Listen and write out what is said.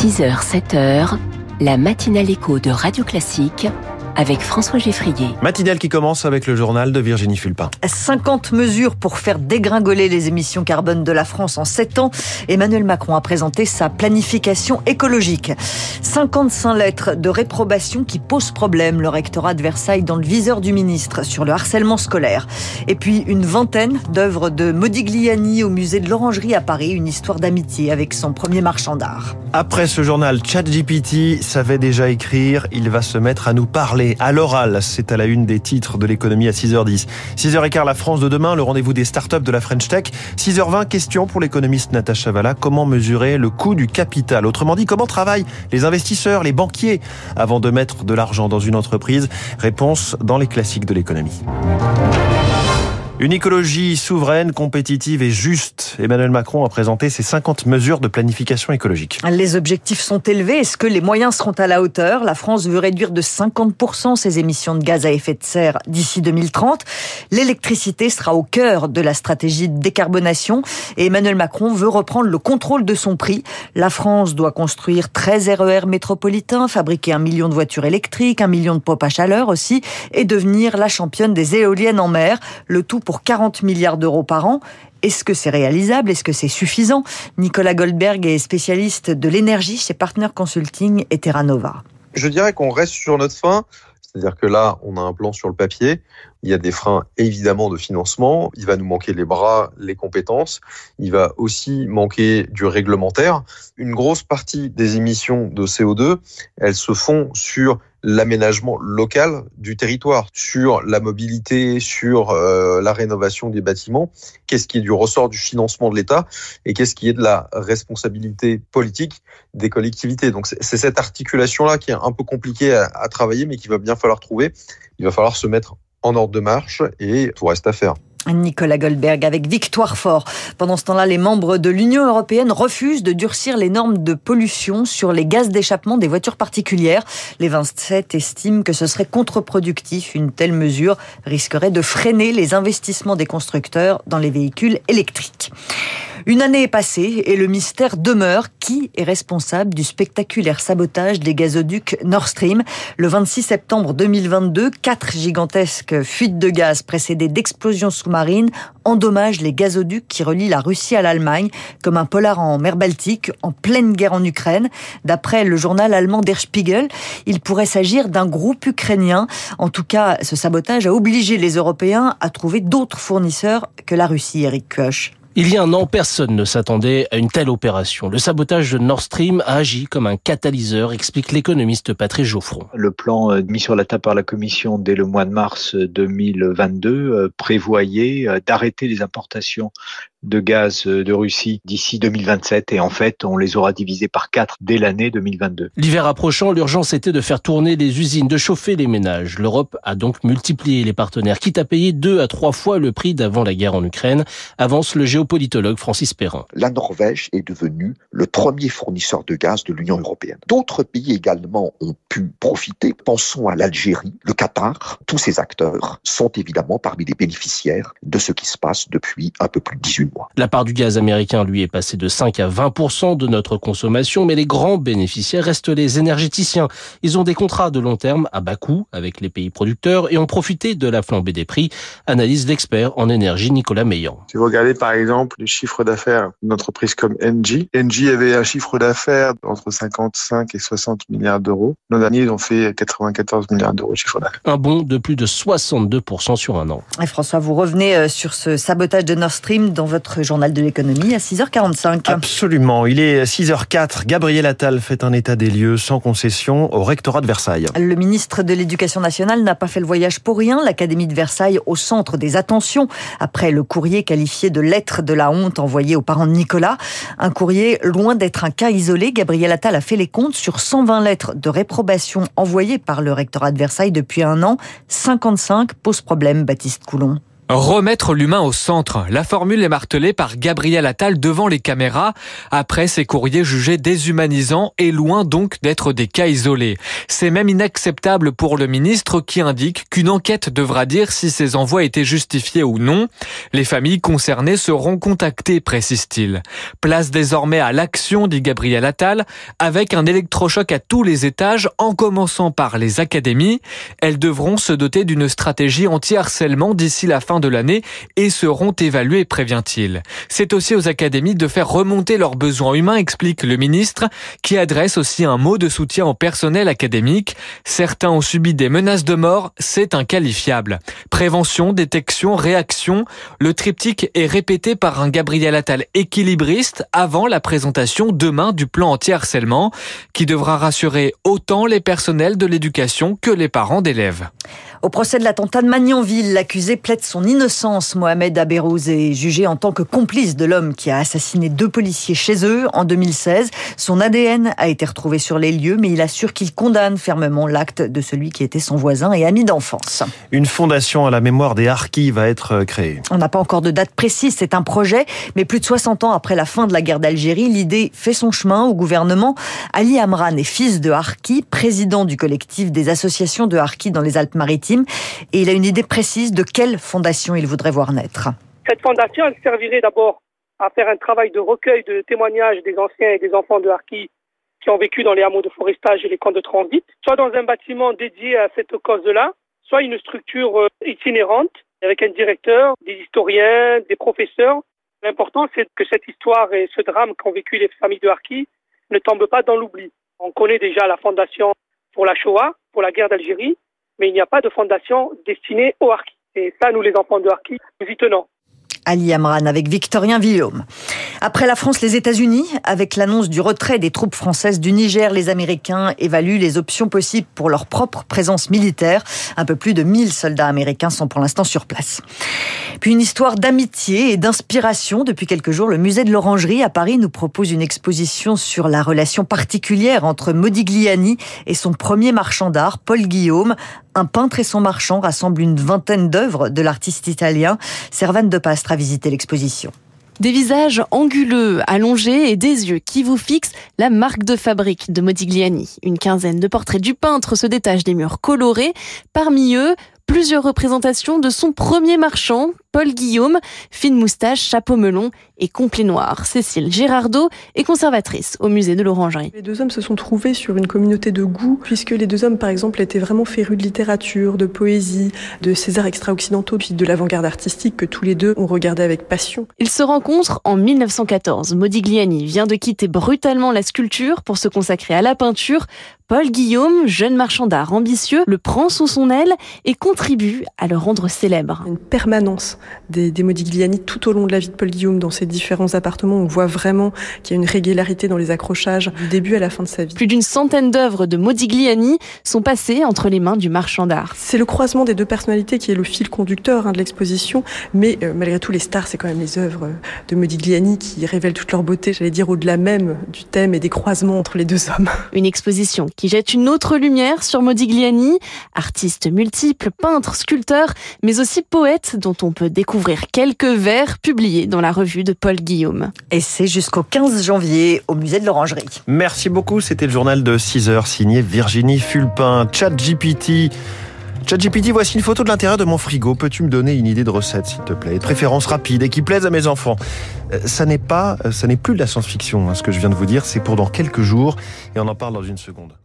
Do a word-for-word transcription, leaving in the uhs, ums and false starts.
six heures, sept heures, la matinale écho de Radio Classique avec François Geffrier. Matinale qui commence avec le journal de Virginie Fulpin. cinquante mesures pour faire dégringoler les émissions carbone de la France en sept ans. Emmanuel Macron a présenté sa planification écologique. cinquante-cinq lettres de réprobation qui posent problème. Le rectorat de Versailles dans le viseur du ministre sur le harcèlement scolaire. Et puis une vingtaine d'œuvres de Modigliani au musée de l'Orangerie à Paris. Une histoire d'amitié avec son premier marchand d'art. Après ce journal, ChatGPT savait déjà écrire. Il va se mettre à nous parler. À l'oral, c'est à la une des titres de l'économie à six heures dix. six heures quinze, la France de demain, le rendez-vous des startups de la French Tech. six heures vingt, question pour l'économiste Natacha Valla. Comment mesurer le coût du capital? Autrement dit, comment travaillent les investisseurs, les banquiers avant de mettre de l'argent dans une entreprise? Réponse dans les classiques de l'économie. Une écologie souveraine, compétitive et juste. Emmanuel Macron a présenté ses cinquante mesures de planification écologique. Les objectifs sont élevés. Est-ce que les moyens seront à la hauteur? La France veut réduire de cinquante pour cent ses émissions de gaz à effet de serre d'ici deux mille trente. L'électricité sera au cœur de la stratégie de décarbonation. Et Emmanuel Macron veut reprendre le contrôle de son prix. La France doit construire treize R E R métropolitains, fabriquer un million de voitures électriques, un million de pompes à chaleur aussi, et devenir la championne des éoliennes en mer. Le tout pour quarante milliards d'euros par an. Est-ce que c'est réalisable? Est-ce que c'est suffisant? Nicolas Goldberg est spécialiste de l'énergie chez Partner Consulting et Terra Nova. Je dirais qu'on reste sur notre fin. C'est-à-dire que là, on a un plan sur le papier. Il y a des freins évidemment de financement. Il va nous manquer les bras, les compétences. Il va aussi manquer du réglementaire. Une grosse partie des émissions de C O deux, elles se font sur l'aménagement local du territoire, sur la mobilité, sur euh, la rénovation des bâtiments. Qu'est-ce qui est du ressort du financement de l'État et qu'est-ce qui est de la responsabilité politique des collectivités. Donc c'est, c'est cette articulation-là qui est un peu compliquée à, à travailler, mais qu'il va bien falloir trouver. Il va falloir se mettre en ordre de marche et tout reste à faire. Nicolas Goldberg avec Victoire Fort. Pendant ce temps-là, les membres de l'Union européenne refusent de durcir les normes de pollution sur les gaz d'échappement des voitures particulières. Les vingt-sept estiment que ce serait contre-productif. Une telle mesure risquerait de freiner les investissements des constructeurs dans les véhicules électriques. Une année est passée et le mystère demeure. Qui est responsable du spectaculaire sabotage des gazoducs Nord Stream? Le vingt-six septembre deux mille vingt-deux, quatre gigantesques fuites de gaz précédées d'explosions sous-marines endommagent les gazoducs qui relient la Russie à l'Allemagne, comme un polar en mer Baltique, en pleine guerre en Ukraine. D'après le journal allemand Der Spiegel, il pourrait s'agir d'un groupe ukrainien. En tout cas, ce sabotage a obligé les Européens à trouver d'autres fournisseurs que la Russie, Eric Koch. Il y a un an, personne ne s'attendait à une telle opération. Le sabotage de Nord Stream a agi comme un catalyseur, explique l'économiste Patrice Geoffron. Le plan mis sur la table par la Commission dès le mois de mars deux mille vingt-deux prévoyait d'arrêter les importations de gaz de Russie d'ici deux mille vingt-sept et en fait, on les aura divisés par quatre dès l'année deux mille vingt-deux. L'hiver approchant, l'urgence était de faire tourner les usines, de chauffer les ménages. L'Europe a donc multiplié les partenaires, quitte à payer deux à trois fois le prix d'avant la guerre en Ukraine, avance le géopolitologue Francis Perrin. La Norvège est devenue le premier fournisseur de gaz de l'Union européenne. D'autres pays également ont pu profiter. Pensons à l'Algérie, le Qatar. Tous ces acteurs sont évidemment parmi les bénéficiaires de ce qui se passe depuis un peu plus de dix-huit mois. La part du gaz américain, lui, est passée de cinq à vingt pour cent de notre consommation, mais les grands bénéficiaires restent les énergéticiens. Ils ont des contrats de long terme à bas coût avec les pays producteurs et ont profité de la flambée des prix, analyse l'expert en énergie Nicolas Meillan. Si vous regardez par exemple le chiffre d'affaires d'une entreprise comme Engie, Engie avait un chiffre d'affaires entre cinquante-cinq et soixante milliards d'euros. L'an dernier, ils ont fait quatre-vingt-quatorze milliards d'euros de chiffre d'affaires. Un bond de plus de soixante-deux pour cent sur un an. Et François, vous revenez sur ce sabotage de Nord Stream dans votre journal de l'économie à six heures quarante-cinq. Absolument, il est six heures quatre. Gabriel Attal fait un état des lieux sans concession au rectorat de Versailles. Le ministre de l'Éducation nationale n'a pas fait le voyage pour rien. L'Académie de Versailles au centre des attentions après le courrier qualifié de lettre de la honte envoyé aux parents de Nicolas. Un courrier loin d'être un cas isolé. Gabriel Attal a fait les comptes sur cent vingt lettres de réprobation envoyées par le rectorat de Versailles depuis un an. cinquante-cinq posent problème, Baptiste Coulon. Remettre l'humain au centre. La formule est martelée par Gabriel Attal devant les caméras, après ses courriers jugés déshumanisants et loin donc d'être des cas isolés. C'est même inacceptable pour le ministre qui indique qu'une enquête devra dire si ces envois étaient justifiés ou non. Les familles concernées seront contactées, précise-t-il. Place désormais à l'action, dit Gabriel Attal, avec un électrochoc à tous les étages, en commençant par les académies. Elles devront se doter d'une stratégie anti-harcèlement d'ici la fin de l'année et seront évaluées, prévient-il. C'est aussi aux académies de faire remonter leurs besoins humains, explique le ministre, qui adresse aussi un mot de soutien au personnel académique. Certains ont subi des menaces de mort, c'est inqualifiable. Prévention, détection, réaction, le triptyque est répété par un Gabriel Attal équilibriste avant la présentation demain du plan anti-harcèlement, qui devra rassurer autant les personnels de l'éducation que les parents d'élèves. Au procès de l'attentat de Magnanville, l'accusé plaide son innocence. Mohamed Abérouz est jugé en tant que complice de l'homme qui a assassiné deux policiers chez eux en deux mille seize. Son A D N a été retrouvé sur les lieux, mais il assure qu'il condamne fermement l'acte de celui qui était son voisin et ami d'enfance. Une fondation à la mémoire des harkis va être créée. On n'a pas encore de date précise, c'est un projet, mais plus de soixante ans après la fin de la guerre d'Algérie, l'idée fait son chemin au gouvernement. Ali Amran est fils de harki, président du collectif des associations de harkis dans les Alpes-Maritimes. Et il a une idée précise de quelle fondation il voudrait voir naître. Cette fondation, elle servirait d'abord à faire un travail de recueil de témoignages des anciens et des enfants de harkis qui ont vécu dans les hameaux de forestage et les camps de transit, soit dans un bâtiment dédié à cette cause-là, soit une structure itinérante avec un directeur, des historiens, des professeurs. L'important, c'est que cette histoire et ce drame qu'ont vécu les familles de harkis ne tombent pas dans l'oubli. On connaît déjà la fondation pour la Shoah, pour la guerre d'Algérie, mais il n'y a pas de fondation destinée aux harkis. Et ça, nous, les enfants de harkis, nous y tenons. Ali Amran avec Victorien Villaume. Après la France, les États-Unis, avec l'annonce du retrait des troupes françaises du Niger, les Américains évaluent les options possibles pour leur propre présence militaire. Un peu plus de mille soldats américains sont pour l'instant sur place. Puis une histoire d'amitié et d'inspiration. Depuis quelques jours, le musée de l'Orangerie à Paris nous propose une exposition sur la relation particulière entre Modigliani et son premier marchand d'art, Paul Guillaume. Un peintre et son marchand rassemblent une vingtaine d'œuvres de l'artiste italien. Servane de Pastre a visité l'exposition. Des visages anguleux, allongés et des yeux qui vous fixent, la marque de fabrique de Modigliani. Une quinzaine de portraits du peintre se détachent des murs colorés. Parmi eux, plusieurs représentations de son premier marchand, Paul Guillaume, fine moustache, chapeau melon et complet noir. Cécile Girardot est conservatrice au musée de l'Orangerie. Les deux hommes se sont trouvés sur une communauté de goût, puisque les deux hommes, par exemple, étaient vraiment férus de littérature, de poésie, de ces arts extra-occidentaux, puis de l'avant-garde artistique que tous les deux ont regardé avec passion. Ils se rencontrent en mille neuf cent quatorze. Modigliani vient de quitter brutalement la sculpture pour se consacrer à la peinture. Paul Guillaume, jeune marchand d'art ambitieux, le prend sous son aile et contribue à le rendre célèbre. Une permanence des, des Modigliani tout au long de la vie de Paul Guillaume dans ses différents appartements. On voit vraiment qu'il y a une régularité dans les accrochages du début à la fin de sa vie. Plus d'une centaine d'œuvres de Modigliani sont passées entre les mains du marchand d'art. C'est le croisement des deux personnalités qui est le fil conducteur hein, de l'exposition, mais euh, malgré tout les stars, c'est quand même les œuvres de Modigliani qui révèlent toute leur beauté, j'allais dire au-delà même du thème et des croisements entre les deux hommes. Une exposition qui jette une autre lumière sur Modigliani, artiste multiple, peintre, sculpteur, mais aussi poète dont on peut découvrir quelques vers publiés dans la revue de Paul Guillaume. Et c'est jusqu'au quinze janvier au musée de l'Orangerie. Merci beaucoup, c'était le journal de six heures signé Virginie Fulpin. ChatGPT. ChatGPT, voici une photo de l'intérieur de mon frigo. Peux-tu me donner une idée de recette, s'il te plaît? De préférence rapide et qui plaise à mes enfants. Ça n'est pas, ça n'est plus de la science-fiction, hein, ce que je viens de vous dire. C'est pour dans quelques jours et on en parle dans une seconde.